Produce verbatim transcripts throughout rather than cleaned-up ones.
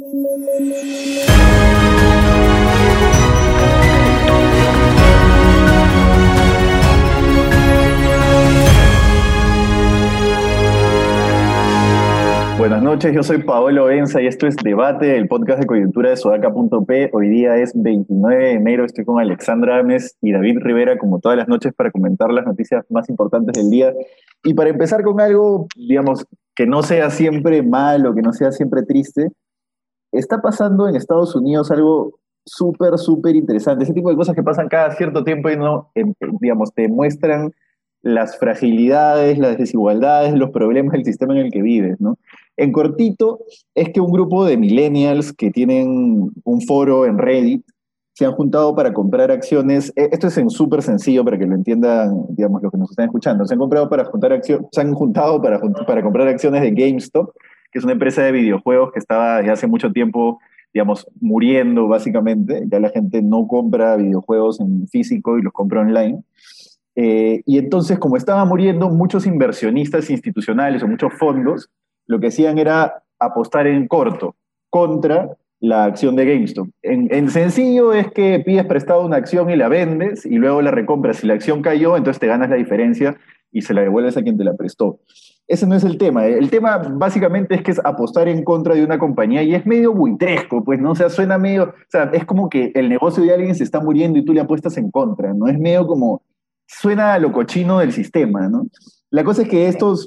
Buenas noches, yo soy Paolo Benza y esto es Debate, el podcast de coyuntura de Sudaca punto pe. Hoy día es veintinueve de enero, estoy con Alexandra Ames y David Rivera como todas las noches para comentar las noticias más importantes del día. Y para empezar con algo, digamos, que no sea siempre malo, que no sea siempre triste, está pasando en Estados Unidos algo súper, súper interesante. Ese tipo de cosas que pasan cada cierto tiempo y no, eh, digamos, te muestran las fragilidades, las desigualdades, los problemas del sistema en el que vives, ¿no? En cortito, es que un grupo de millennials que tienen un foro en Reddit se han juntado para comprar acciones. eh, Esto es en súper sencillo para que lo entiendan, digamos, los que nos están escuchando. Se han comprado para juntar acciones, se han juntado para, jun- para comprar acciones de GameStop, que es una empresa de videojuegos que estaba desde hace mucho tiempo, digamos, muriendo básicamente. Ya la gente no compra videojuegos en físico y los compra online. Eh, y entonces, como estaba muriendo, muchos inversionistas institucionales o muchos fondos lo que hacían era apostar en corto contra la acción de GameStop. En, en sencillo es que pides prestado una acción y la vendes y luego la recompras. Si la acción cayó, entonces te ganas la diferencia y se la devuelves a quien te la prestó. Ese no es el tema. El tema básicamente es que es apostar en contra de una compañía y es medio buitresco, pues, ¿no? O sea, suena medio, o sea, es como que el negocio de alguien se está muriendo y tú le apuestas en contra, ¿no? Es medio como, suena a lo cochino del sistema, ¿no? La cosa es que estos,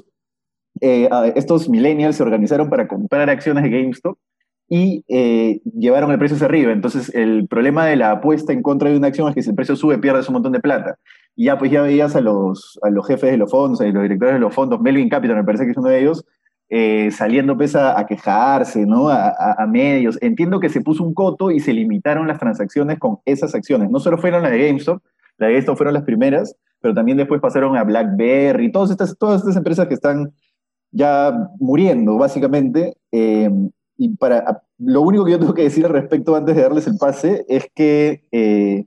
eh, a- estos millennials se organizaron para comprar acciones de GameStop y eh, llevaron el precio hacia arriba. Entonces, el problema de la apuesta en contra de una acción es que si el precio sube, pierdes un montón de plata. Y ya, pues ya veías a los, a los jefes de los fondos, a los directores de los fondos, Melvin Capital, me parece que es uno de ellos, eh, saliendo pues a, a quejarse, ¿no? A, a- a medios. Entiendo que se puso un coto y se limitaron las transacciones con esas acciones. No solo fueron las de GameStop, las de GameStop fueron las primeras, pero también después pasaron a BlackBerry, todas estas, todas estas empresas que están ya muriendo, básicamente. Eh, y para, a- lo único que yo tengo que decir al respecto antes de darles el pase es que eh,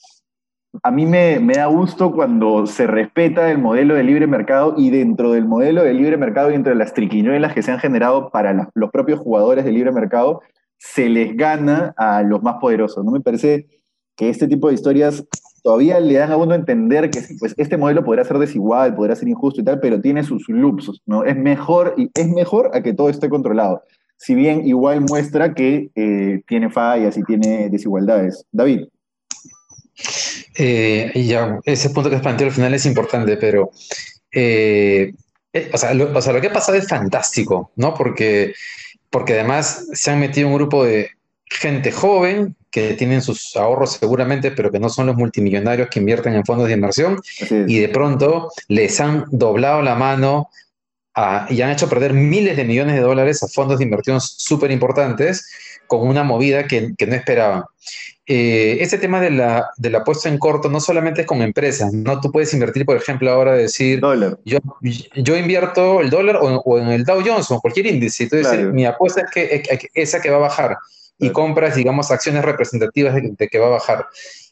a mí me, me da gusto cuando se respeta el modelo de libre mercado y dentro del modelo de libre mercado y entre las triquiñuelas que se han generado para la- los propios jugadores de libre mercado, se les gana a los más poderosos. ¿No? Me parece que este tipo de historias todavía le dan a uno a entender que sí, pues, este modelo podrá ser desigual, podrá ser injusto y tal, pero tiene sus loops, ¿no? Es mejor, y es mejor a que todo esté controlado. Si bien igual muestra que eh, tiene fallas y tiene desigualdades. David. Eh, y ya, ese punto que has planteado al final es importante, pero eh, eh, o sea, lo, o sea, lo que ha pasado es fantástico, ¿no? Porque, porque además se han metido un grupo de gente joven que tienen sus ahorros seguramente, pero que no son los multimillonarios que invierten en fondos de inversión, Así y es. de pronto les han doblado la mano a- y han hecho perder miles de millones de dólares a fondos de inversión súper importantes con una movida que, que no esperaban. Eh, ese tema de la, de la puesta en corto no solamente es con empresas, ¿no? Tú puedes invertir, por ejemplo, ahora decir, Dólar, yo, yo invierto el dólar o, o en el Dow Jones o en cualquier índice, y tú decir, claro, mi apuesta es que, es que esa que va a bajar y claro. compras, digamos, acciones representativas de, de que va a bajar.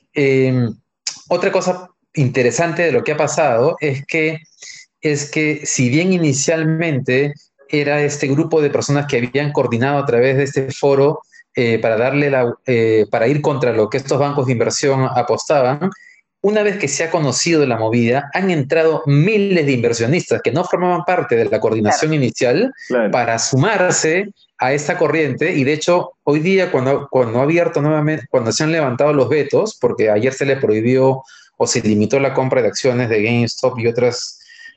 Eh, Otra cosa interesante de lo que ha pasado es que, es que si bien inicialmente era este grupo de personas que habían coordinado a través de este foro eh, para darle la, eh, para ir contra lo que estos bancos de inversión apostaban, una vez que se ha conocido la movida, han entrado miles de inversionistas que no formaban parte de la coordinación inicial Claro. para sumarse a esta corriente. Y de hecho, hoy día, cuando, cuando ha abierto nuevamente, cuando se han levantado los vetos, porque ayer se le prohibió o se limitó la compra de acciones de GameStop y otras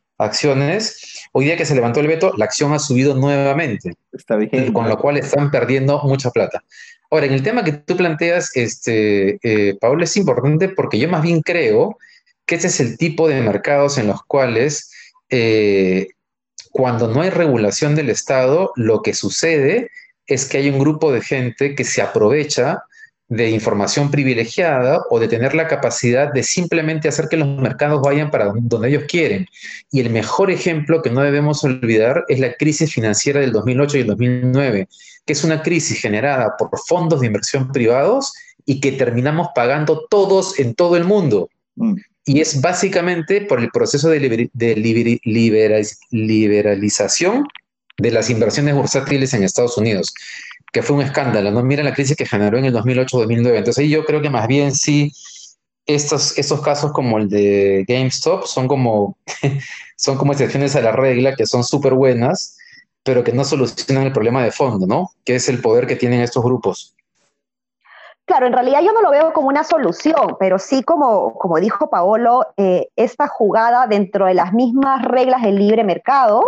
acciones, hoy día que se levantó el veto, la acción ha subido nuevamente, Está bien, con lo claro. cual están perdiendo mucha plata. Ahora, en el tema que tú planteas, este, eh, Pablo, es importante porque yo más bien creo que ese es el tipo de mercados en los cuales eh, cuando no hay regulación del Estado, lo que sucede es que hay un grupo de gente que se aprovecha de información privilegiada o de tener la capacidad de simplemente hacer que los mercados vayan para donde ellos quieren. Y el mejor ejemplo que no debemos olvidar es la crisis financiera del dos mil ocho y el dos mil nueve, que es una crisis generada por fondos de inversión privados y que terminamos pagando todos en todo el mundo. Mm. Y es básicamente por el proceso de, liber, de liber, libera, liberalización de las inversiones bursátiles en Estados Unidos. que fue un escándalo, ¿no? Mira la crisis que generó en el dos mil ocho dos mil nueve. Entonces ahí yo creo que más bien sí, estos, estos casos como el de GameStop son como, son como excepciones a la regla, que son súper buenas, pero que no solucionan el problema de fondo, ¿no? Que es el poder que tienen estos grupos. Claro, en realidad yo no lo veo como una solución, pero sí como, como dijo Paolo, eh, esta jugada dentro de las mismas reglas del libre mercado,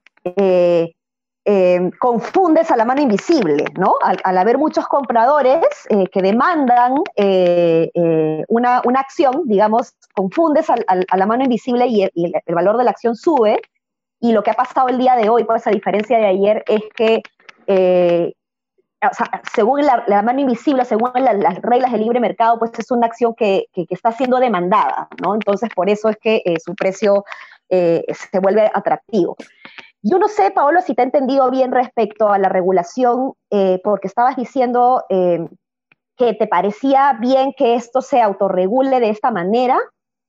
eh, eh, confundes a la mano invisible, ¿no? Al, al haber muchos compradores eh, que demandan eh, eh, una, una acción, digamos, confundes al, al, a la mano invisible y, el, y el valor de la acción sube, y lo que ha pasado el día de hoy, pues a diferencia de ayer, es que eh, o sea, según la, la mano invisible, según la, las reglas del libre mercado, pues es una acción que, que, que está siendo demandada, ¿no? Entonces, por eso es que eh, su precio eh, se vuelve atractivo. Yo no sé, Paolo, si te he entendido bien respecto a la regulación, eh, porque estabas diciendo eh, que te parecía bien que esto se autorregule de esta manera,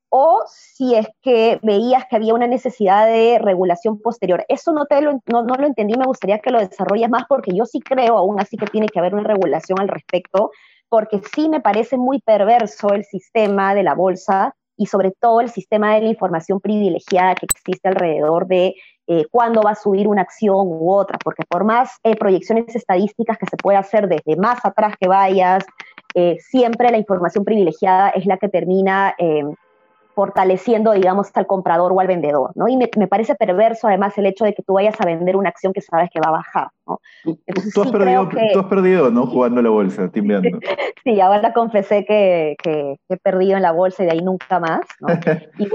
o si es que veías que había una necesidad de regulación posterior. Eso no, te lo, no, no lo entendí, me gustaría que lo desarrolles más, porque yo sí creo aún así que tiene que haber una regulación al respecto, porque sí me parece muy perverso el sistema de la bolsa y sobre todo el sistema de la información privilegiada que existe alrededor de eh, cuándo va a subir una acción u otra, porque por más eh, proyecciones estadísticas que se pueda hacer desde más atrás que vayas, eh, siempre la información privilegiada es la que termina eh, fortaleciendo, digamos, al comprador o al vendedor, ¿no? Y me, me parece perverso, además, el hecho de que tú vayas a vender una acción que sabes que va a bajar, ¿no? Entonces, tú, has sí perdido, que... tú has perdido, ¿no? Jugando la bolsa, timbeando. Sí, ahora confesé que, que, que he perdido en la bolsa y de ahí nunca más, ¿no? y,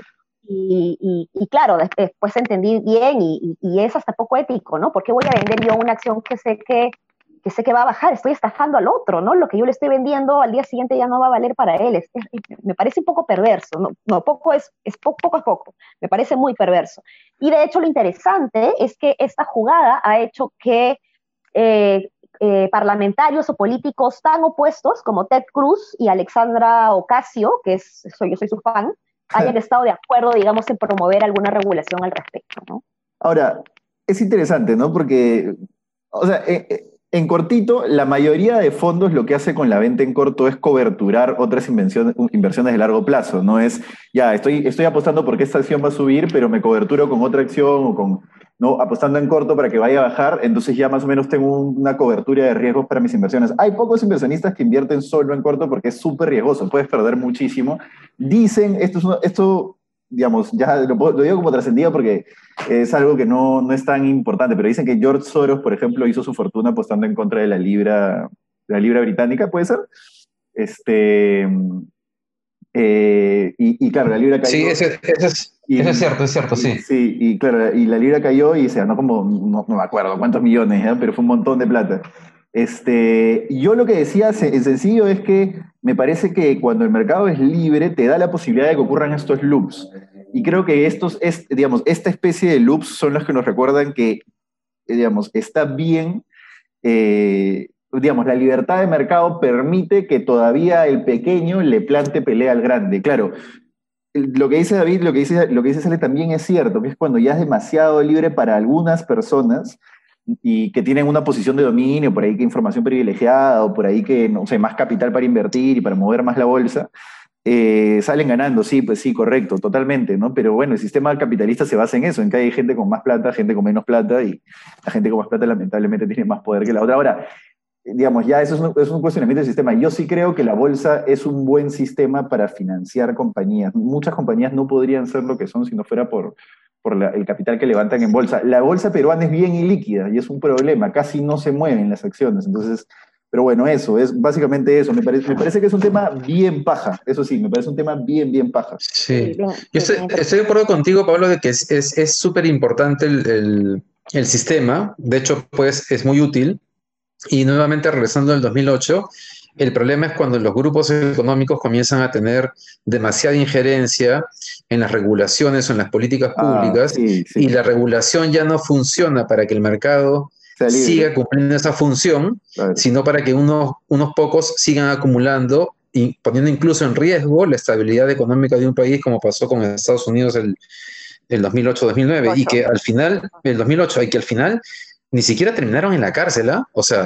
y, y, y claro, después entendí bien y, y, y es hasta poco ético, ¿no? ¿Por qué voy a vender yo una acción que sé que que sé que va a bajar? Estoy estafando al otro, ¿no? Lo que yo le estoy vendiendo al día siguiente ya no va a valer para él. Es, es, me parece un poco perverso, no, no poco es, es poco, poco a poco, me parece muy perverso. Y de hecho lo interesante es que esta jugada ha hecho que eh, eh, parlamentarios o políticos tan opuestos como Ted Cruz y Alexandra Ocasio, que es, soy, yo soy su fan, hayan estado de acuerdo, digamos, en promover alguna regulación al respecto, ¿no? Ahora, es interesante, ¿no? Porque, o sea, eh, eh, en cortito, la mayoría de fondos lo que hace con la venta en corto es coberturar otras inversiones, inversiones de largo plazo. No es, ya, estoy, estoy apostando porque esta acción va a subir, pero me coberturo con otra acción o con, no, apostando en corto para que vaya a bajar, entonces ya más o menos tengo una cobertura de riesgos para mis inversiones. Hay pocos inversionistas que invierten solo en corto porque es súper riesgoso, puedes perder muchísimo. Dicen, esto es una, esto... digamos, ya lo, lo digo como trascendido porque es algo que no, no es tan importante, pero dicen que George Soros, por ejemplo, hizo su fortuna apostando en contra de la libra, de la libra británica, ¿puede ser? Este, eh, y, y claro, la libra cayó. Sí, eso, eso, es, y, eso es cierto, es cierto, y, sí. Sí, y claro, y la libra cayó y se ganó como, no, no me acuerdo cuántos millones, ¿eh? Pero fue un montón de plata. Este, yo lo que decía en sencillo es que me parece que cuando el mercado es libre te da la posibilidad de que ocurran estos loops. Y creo que estos, es, digamos, esta especie de loops son los que nos recuerdan que, digamos, está bien, eh, digamos, la libertad de mercado permite que todavía el pequeño le plante pelea al grande. Claro, lo que dice David, lo que dice, lo que dice Sale también es cierto, que es cuando ya es demasiado libre para algunas personas y que tienen una posición de dominio, por ahí que información privilegiada o por ahí que, no sé, más capital para invertir y para mover más la bolsa, eh, salen ganando, sí, pues sí, correcto, totalmente, ¿no? Pero bueno, el sistema capitalista se basa en eso, en que hay gente con más plata, gente con menos plata y la gente con más plata lamentablemente tiene más poder que la otra. Ahora, digamos, ya eso es un, es un cuestionamiento del sistema. Yo sí creo que la bolsa es un buen sistema para financiar compañías. Muchas compañías no podrían ser lo que son si no fuera por por la, el capital que levantan en bolsa. La bolsa peruana es bien ilíquida y es un problema, casi no se mueven las acciones, entonces, pero bueno, eso, es básicamente eso, me parece, me parece que es un tema bien paja, eso sí, me parece un tema bien, bien paja. Sí, yo estoy, estoy de acuerdo contigo, Pablo, de que es súper importante el, el, el sistema, de hecho, pues es muy útil, y nuevamente regresando al dos mil ocho, el problema es cuando los grupos económicos comienzan a tener demasiada injerencia en las regulaciones o en las políticas públicas, ah, sí, sí. Y la regulación ya no funciona para que el mercado siga cumpliendo esa función, claro, sino para que unos, unos pocos sigan acumulando y poniendo incluso en riesgo la estabilidad económica de un país, como pasó con Estados Unidos el, el dos mil ocho dos mil nueve, y que al final, el dos mil ocho, y que al final ni siquiera terminaron en la cárcel, ¿eh? O sea,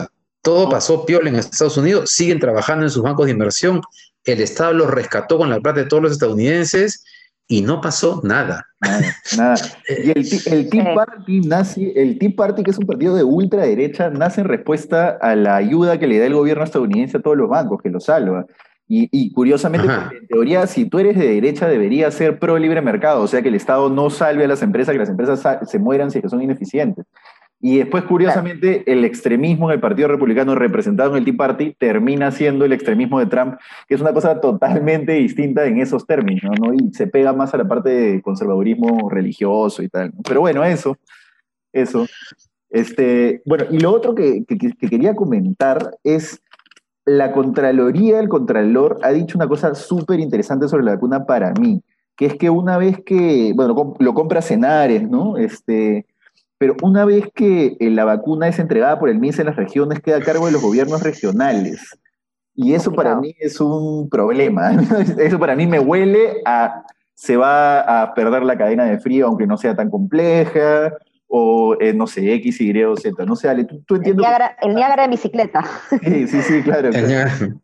todo pasó piola en Estados Unidos, siguen trabajando en sus bancos de inversión, el Estado los rescató con la plata de todos los estadounidenses y no pasó nada. Nada, nada. Y el, ti- el Tea Party nace, el Tea Party, que es un partido de ultraderecha, nace en respuesta a la ayuda que le da el gobierno estadounidense a todos los bancos, que los salva. Y, y curiosamente, Ajá. porque en teoría, si tú eres de derecha, debería ser pro libre mercado, o sea que el Estado no salve a las empresas, que las empresas sa- se mueran si es que son ineficientes. Y después, curiosamente, el extremismo en el Partido Republicano representado en el Tea Party termina siendo el extremismo de Trump, que es una cosa totalmente distinta en esos términos, ¿no? Y se pega más a la parte de conservadurismo religioso y tal, ¿no? Pero bueno, eso, eso. Este, bueno, y lo otro que, que- que quería comentar es la Contraloría, el Contralor ha dicho una cosa súper interesante sobre la vacuna para mí, que es que una vez que, bueno, lo, comp- lo compra Cenares, ¿no? Este, pero una vez que eh, la vacuna es entregada por el M I S en las regiones, queda a cargo de los gobiernos regionales. Y eso para Complicado. mí es un problema. Eso para mí me huele a se va a perder la cadena de frío, aunque no sea tan compleja, o eh, no sé, X, Y o Z. No sé, Ale, tú, tú El entiendo que... Niágara, el Niágara de bicicleta. Sí, sí, sí, claro, claro.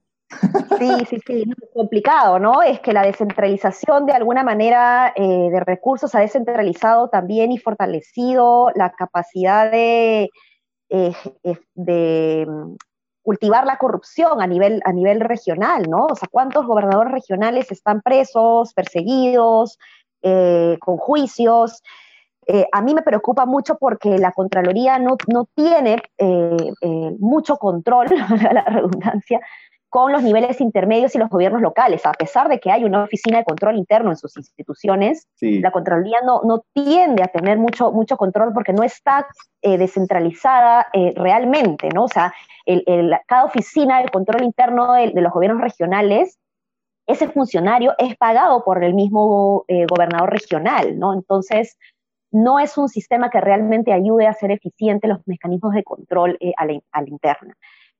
Sí, sí, sí, no, es complicado, ¿no? Es que la descentralización de alguna manera eh, de recursos ha descentralizado también y fortalecido la capacidad de, eh, eh, de mm, cultivar la corrupción a nivel, a nivel regional, ¿no? O sea, ¿cuántos gobernadores regionales están presos, perseguidos, eh, con juicios? Eh, a mí me preocupa mucho porque la Contraloría no, no tiene eh, eh, mucho control, valga la redundancia, con los niveles intermedios y los gobiernos locales. A pesar de que hay una oficina de control interno en sus instituciones, Sí, la Contraloría no, no tiende a tener mucho, mucho control porque no está eh, descentralizada eh, realmente, ¿no? O sea, el, el, cada oficina de control interno de, de los gobiernos regionales, ese funcionario es pagado por el mismo eh, gobernador regional, ¿no? Entonces, no es un sistema que realmente ayude a hacer eficientes los mecanismos de control eh, a, la, a la interna.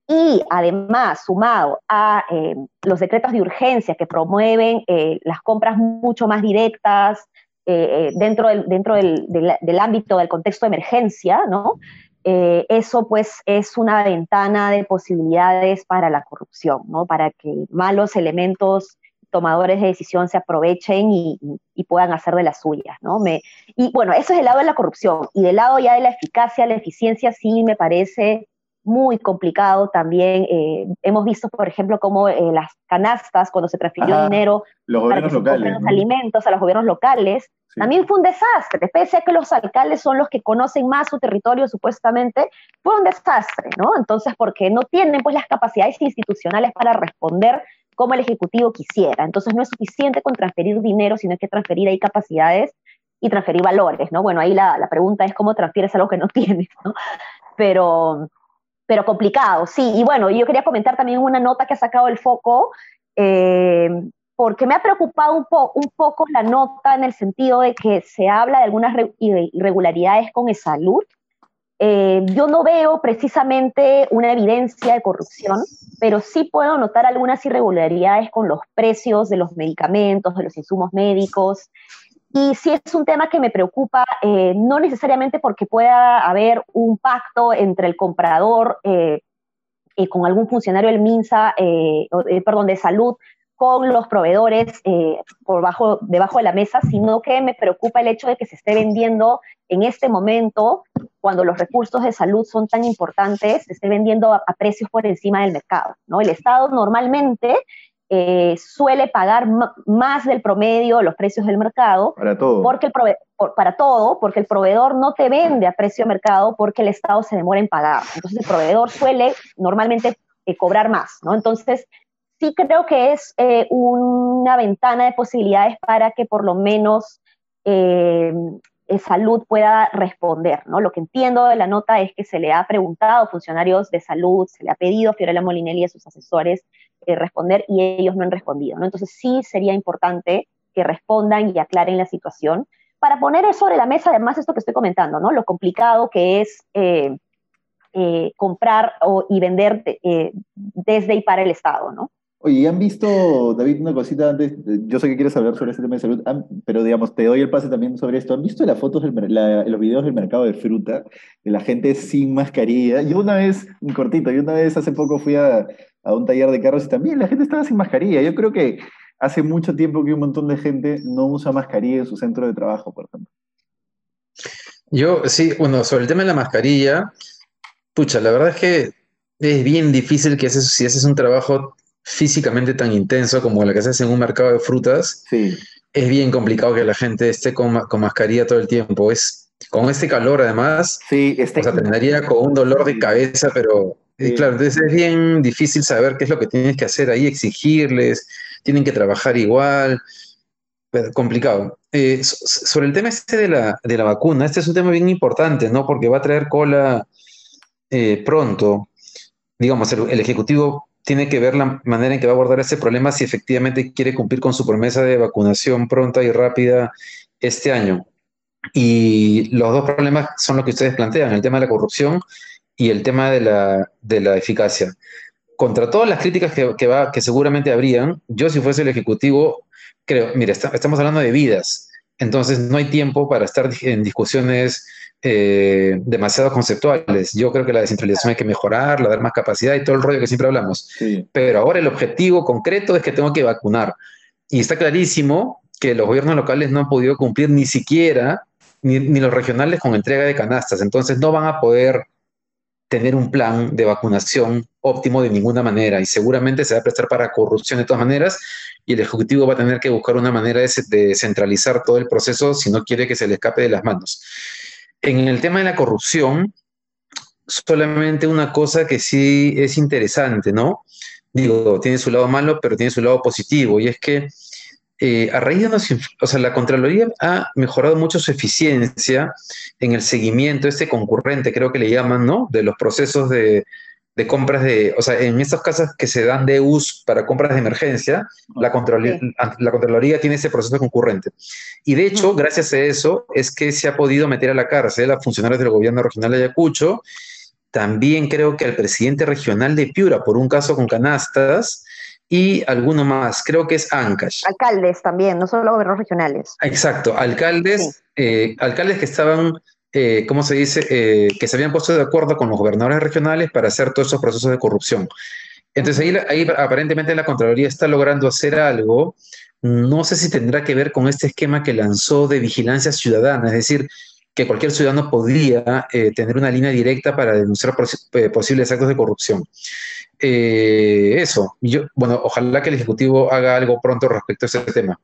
Y además, sumado a eh, los decretos de urgencia que promueven eh, las compras mucho más directas eh, dentro, del, dentro del, del, del, ámbito del contexto de emergencia, ¿no? Eh, eso pues es una ventana de posibilidades para la corrupción, ¿no? Para que malos elementos tomadores de decisión se aprovechen y, y, y puedan hacer de las suyas, ¿no? Me, y bueno, eso es el lado de la corrupción. Y del lado ya de la eficacia, la eficiencia sí me parece muy complicado también. Eh, hemos visto, por ejemplo, cómo eh, las canastas, cuando se transfirió ajá, dinero los para que gobiernos se compren locales, los ¿no? alimentos a los gobiernos locales, Sí. también fue un desastre, pese a que los alcaldes son los que conocen más su territorio supuestamente, fue un desastre, ¿no? Entonces, porque no tienen pues las capacidades institucionales para responder como el Ejecutivo quisiera. Entonces no es suficiente con transferir dinero, sino hay que transferir ahí capacidades y transferir valores, ¿no? Bueno, ahí la, la pregunta es cómo transfieres algo que no tienes, ¿no? Pero, pero complicado, sí. Y bueno, yo quería comentar también una nota que ha sacado el Foco, eh, porque me ha preocupado un, po un poco la nota en el sentido de que se habla de algunas irregularidades con ESalud. Eh, yo no veo precisamente una evidencia de corrupción, pero sí puedo notar algunas irregularidades con los precios de los medicamentos, de los insumos médicos, y sí es un tema que me preocupa, eh, no necesariamente porque pueda haber un pacto entre el comprador eh, eh, con algún funcionario del MINSA, eh, eh, perdón, de salud, con los proveedores eh, por bajo, debajo de la mesa, sino que me preocupa el hecho de que se esté vendiendo en este momento, cuando los recursos de salud son tan importantes, se esté vendiendo a, a precios por encima del mercado, ¿no? El Estado normalmente eh, suele pagar más del promedio los precios del mercado para todo. Porque el prove por, para todo, porque el proveedor no te vende a precio de mercado porque el Estado se demora en pagar. Entonces el proveedor suele normalmente eh, cobrar más, ¿no? Entonces sí creo que es eh, una ventana de posibilidades para que por lo menos eh, salud pueda responder, ¿no? Lo que entiendo de la nota es que se le ha preguntado a funcionarios de salud, se le ha pedido a Fiorella Molinelli y a sus asesores eh, responder y ellos no han respondido, ¿no? Entonces sí sería importante que respondan y aclaren la situación para poner sobre la mesa además esto que estoy comentando, ¿no? Lo complicado que es eh, eh, comprar o, y vender eh, desde y para el Estado, ¿no? Oye, ¿y han visto, David, una cosita antes? Yo sé que quieres hablar sobre este tema de salud, han- pero digamos, te doy el pase también sobre esto. ¿Han visto las fotos, del, mer- la- los videos del mercado de fruta, de la gente sin mascarilla? Yo una vez, un cortito, yo una vez hace poco fui a, a un taller de carros y también la gente estaba sin mascarilla. Yo creo que hace mucho tiempo que un montón de gente no usa mascarilla en su centro de trabajo, por ejemplo. Yo, sí, bueno, sobre el tema de la mascarilla, pucha, la verdad es que es bien difícil que haces, si haces un trabajo físicamente tan intenso como el que haces en un mercado de frutas, Sí, es bien complicado que la gente esté con, ma- con mascarilla todo el tiempo. Es, con este calor, además, sí, está o sea, terminaría con un dolor de imposible. cabeza, pero y Sí. claro, entonces es bien difícil saber qué es lo que tienes que hacer ahí, exigirles, tienen que trabajar igual, pero complicado. Eh, so- so- sobre el tema este de la, de la vacuna, este es un tema bien importante, ¿no? Porque va a traer cola eh, pronto. Digamos, el, el Ejecutivo tiene que ver la manera en que va a abordar ese problema si efectivamente quiere cumplir con su promesa de vacunación pronta y rápida este año. Y los dos problemas son los que ustedes plantean, el tema de la corrupción y el tema de la, de la eficacia. Contra todas las críticas que, que, va, que seguramente habrían, yo si fuese el Ejecutivo, creo, mira, está- estamos hablando de vidas, entonces no hay tiempo para estar en discusiones eh, demasiado conceptuales. Yo creo que la descentralización hay que mejorarla, dar más capacidad y todo el rollo que siempre hablamos. Sí. Pero ahora el objetivo concreto es que tengo que vacunar. Y está clarísimo que los gobiernos locales no han podido cumplir ni siquiera, ni, ni los regionales con entrega de canastas. Entonces no van a poder tener un plan de vacunación óptimo de ninguna manera y seguramente se va a prestar para corrupción de todas maneras y el Ejecutivo va a tener que buscar una manera de, de centralizar todo el proceso si no quiere que se le escape de las manos. En el tema de la corrupción, solamente una cosa que sí es interesante, ¿no? Digo, tiene su lado malo, pero tiene su lado positivo, y es que eh, a raíz de unos, o sea, la Contraloría ha mejorado mucho su eficiencia en el seguimiento, este concurrente, creo que le llaman, ¿no? De los procesos de, de compras de, o sea, en estos casos que se dan de U S para compras de emergencia, la Contraloría, Sí. la Contraloría tiene ese proceso concurrente. Y de hecho, Ujú. gracias a eso, es que se ha podido meter a la cárcel a funcionarios del gobierno regional de Ayacucho, también creo que al presidente regional de Piura por un caso con canastas y alguno más, creo que es Ancash. Alcaldes también, no solo gobiernos regionales. Exacto, Sí. alcaldes, eh, alcaldes que estaban, eh, ¿cómo se dice? Eh, que se habían puesto de acuerdo con los gobernadores regionales para hacer todos esos procesos de corrupción. Entonces ahí, Ujú. ahí aparentemente la Contraloría está logrando hacer algo. No sé si tendrá que ver con este esquema que lanzó de vigilancia ciudadana, es decir, que cualquier ciudadano podría eh, tener una línea directa para denunciar pos- eh, posibles actos de corrupción. Eh, eso, yo, bueno, ojalá que el Ejecutivo haga algo pronto respecto a ese tema.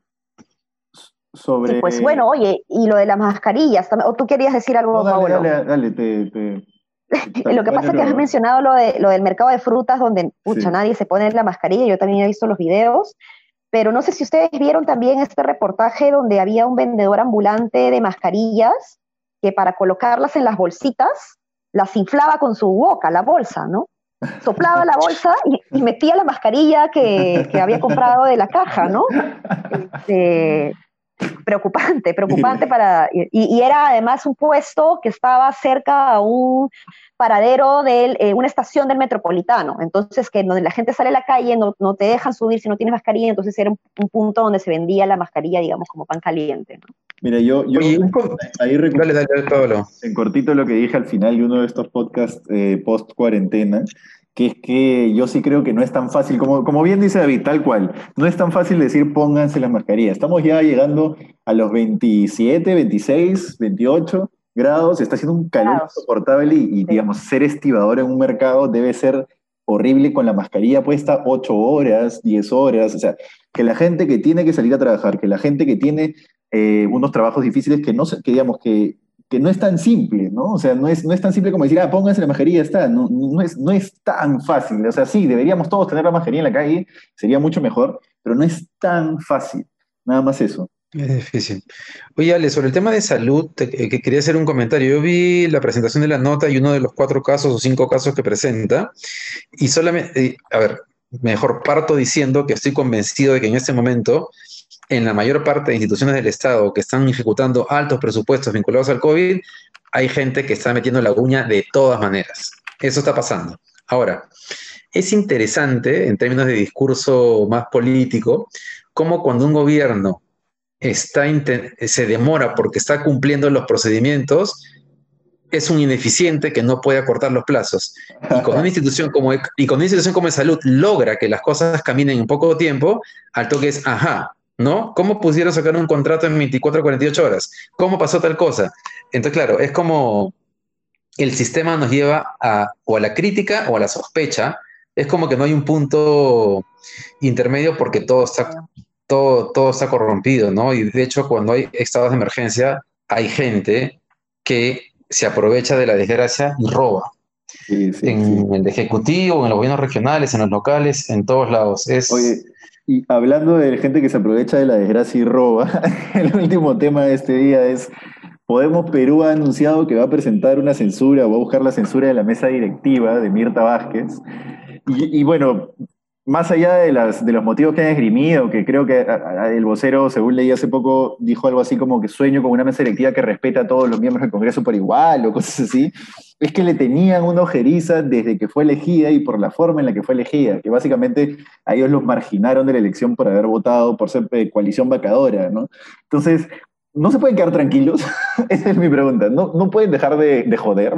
Sí, Sobre... pues bueno, oye, y lo de las mascarillas, también- ¿o tú querías decir No, algo, dale, Paolo? dale, dale, te, te, Lo que dale, pasa es que has no. mencionado lo, de, lo del mercado de frutas, donde pucha, Sí. nadie se pone la mascarilla, yo también he visto los videos, pero no sé si ustedes vieron también este reportaje donde había un vendedor ambulante de mascarillas que para colocarlas en las bolsitas las inflaba con su boca, la bolsa, ¿no? Soplaba la bolsa y, y metía la mascarilla que, que había comprado de la caja, ¿no? Este, preocupante, preocupante para, y, y era además un puesto que estaba cerca a un paradero de eh, una estación del Metropolitano, entonces que donde la gente sale a la calle no, no te dejan subir si no tienes mascarilla, entonces era un, un punto donde se vendía la mascarilla, digamos, como pan caliente, ¿no? Mira, yo, yo Oye, un com- ahí dale, recupero dale, dale, Pablo. en cortito lo que dije al final de uno de estos podcasts eh, post cuarentena, que es que yo sí creo que no es tan fácil, como, como bien dice David, tal cual, no es tan fácil decir pónganse las mascarillas. Estamos ya llegando a los veintisiete, veintiséis, veintiocho grados, está haciendo un calor Grados, insoportable y, y, sí. digamos, ser estibador en un mercado debe ser horrible con la mascarilla puesta ocho horas, diez horas, o sea, que la gente que tiene que salir a trabajar, que la gente que tiene eh, unos trabajos difíciles que no se- que digamos que que no es tan simple, ¿no? O sea, no es, no es tan simple como decir, ah, pónganse la mascarilla y ya está. No, no es, no es tan fácil. O sea, sí, deberíamos todos tener la mascarilla en la calle, sería mucho mejor, pero no es tan fácil. Nada más eso. Es difícil. Oye, Ale, sobre el tema de salud, te- eh, que quería hacer un comentario. Yo vi la presentación de la nota y uno de los cuatro casos o cinco casos que presenta, y solamente, eh, a ver, mejor parto diciendo que estoy convencido de que en este momento, en la mayor parte de instituciones del Estado que están ejecutando altos presupuestos vinculados al COVID, hay gente que está metiendo la uña de todas maneras. Eso está pasando. Ahora, es interesante en términos de discurso más político, cómo cuando un gobierno está se demora porque está cumpliendo los procedimientos, es un ineficiente que no puede acortar los plazos. Y con una institución como, y con una institución como de salud logra que las cosas caminen en poco tiempo, al toque es, ajá, ¿no? ¿Cómo pudieron sacar un contrato en veinticuatro a cuarenta y ocho horas? ¿Cómo pasó tal cosa? Entonces, claro, es como el sistema nos lleva a, o a la crítica o a la sospecha. Es como que no hay un punto intermedio porque todo está, todo, todo está corrompido, ¿no? Y de hecho, cuando hay estados de emergencia, hay gente que se aprovecha de la desgracia y roba. Sí, sí, en sí. el ejecutivo, en los gobiernos regionales, en los locales, en todos lados. Es... Oye, y hablando de gente que se aprovecha de la desgracia y roba, el último tema de este día es, Podemos Perú ha anunciado que va a presentar una censura o va a buscar la censura de la mesa directiva de Mirta Vázquez. Y, y bueno, más allá de, las, de los motivos que han esgrimido, que creo que a, a, el vocero, según leí hace poco, dijo algo así como que sueño con una mesa directiva que respeta a todos los miembros del Congreso por igual o cosas así, es que le tenían una ojeriza desde que fue elegida y por la forma en la que fue elegida, que básicamente a ellos los marginaron de la elección por haber votado por ser eh, coalición vacadora, ¿no? Entonces, ¿no se pueden quedar tranquilos? Esa es mi pregunta. ¿No, no pueden dejar de, de joder?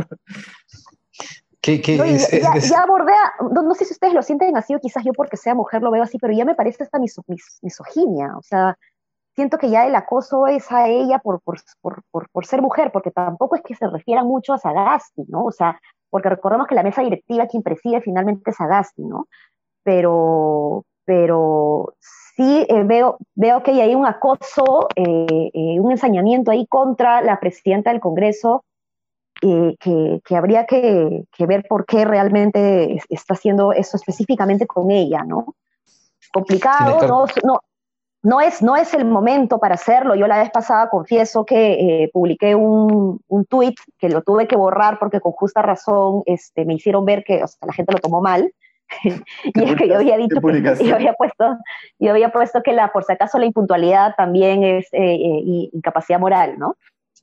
¿Qué, qué no, es, ya, es, ya, es... ya bordea, no, no sé si ustedes lo sienten así o quizás yo porque sea mujer lo veo así, pero ya me parece esta mis, mis, misoginia, o sea, siento que ya el acoso es a ella por, por, por, por, por ser mujer, porque tampoco es que se refiera mucho a Sagasti, ¿no? O sea, porque recordemos que la mesa directiva quien preside finalmente es Sagasti, ¿no? Pero, pero sí eh, veo, veo que hay un acoso, eh, eh, un ensañamiento ahí contra la presidenta del Congreso, Eh, que, que habría que, que ver por qué realmente está haciendo eso específicamente con ella, ¿no? Complicado, no, no, no, es, no es el momento para hacerlo. Yo la vez pasada confieso que eh, publiqué un, un tuit que lo tuve que borrar porque con justa razón este, me hicieron ver que o sea, la gente lo tomó mal. Y es que yo había dicho que yo había puesto, yo había puesto que la, por si acaso la impuntualidad también es eh, eh, incapacidad moral, ¿no?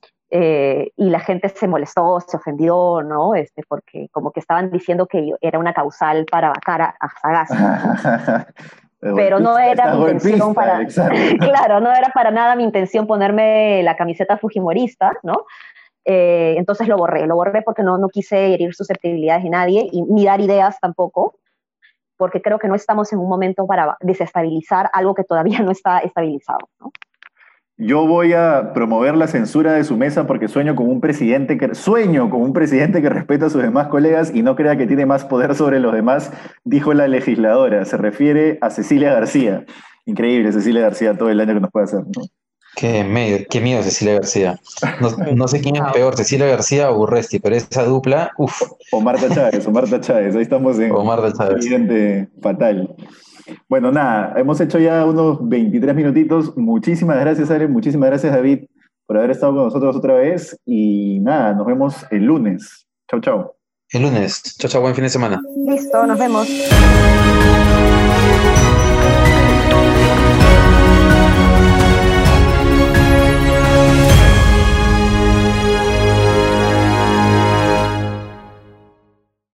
Eh, y la gente se molestó, se ofendió, ¿no? Este, porque como que estaban diciendo que yo era una causal para vacar a, a Sagasti, ¿no? Pero no era mi intención para... claro, no era para nada mi intención ponerme la camiseta fujimorista, ¿no? Eh, entonces lo borré, lo borré porque no, no quise herir susceptibilidades de nadie y ni dar ideas tampoco, porque creo que no estamos en un momento para desestabilizar algo que todavía no está estabilizado, ¿no? Yo voy a promover la censura de su mesa porque sueño con un presidente que sueño con un presidente que respeta a sus demás colegas y no crea que tiene más poder sobre los demás, dijo la legisladora. Se refiere a Cecilia García. Increíble, Cecilia García, todo el año que nos puede hacer, ¿no? Qué, medio, qué miedo Cecilia García. No, no sé quién es peor, Cecilia García o Urresti, pero esa dupla, uff. O Marta Chávez, o Marta Chávez, ahí estamos en o Marta Chávez. Presidente fatal. Bueno, nada, hemos hecho ya unos veintitrés minutitos. Muchísimas gracias, Ale, muchísimas gracias, David, por haber estado con nosotros otra vez. Y nada, nos vemos el lunes. Chau, chau. El lunes. Chau, chau, buen fin de semana. Listo, nos vemos.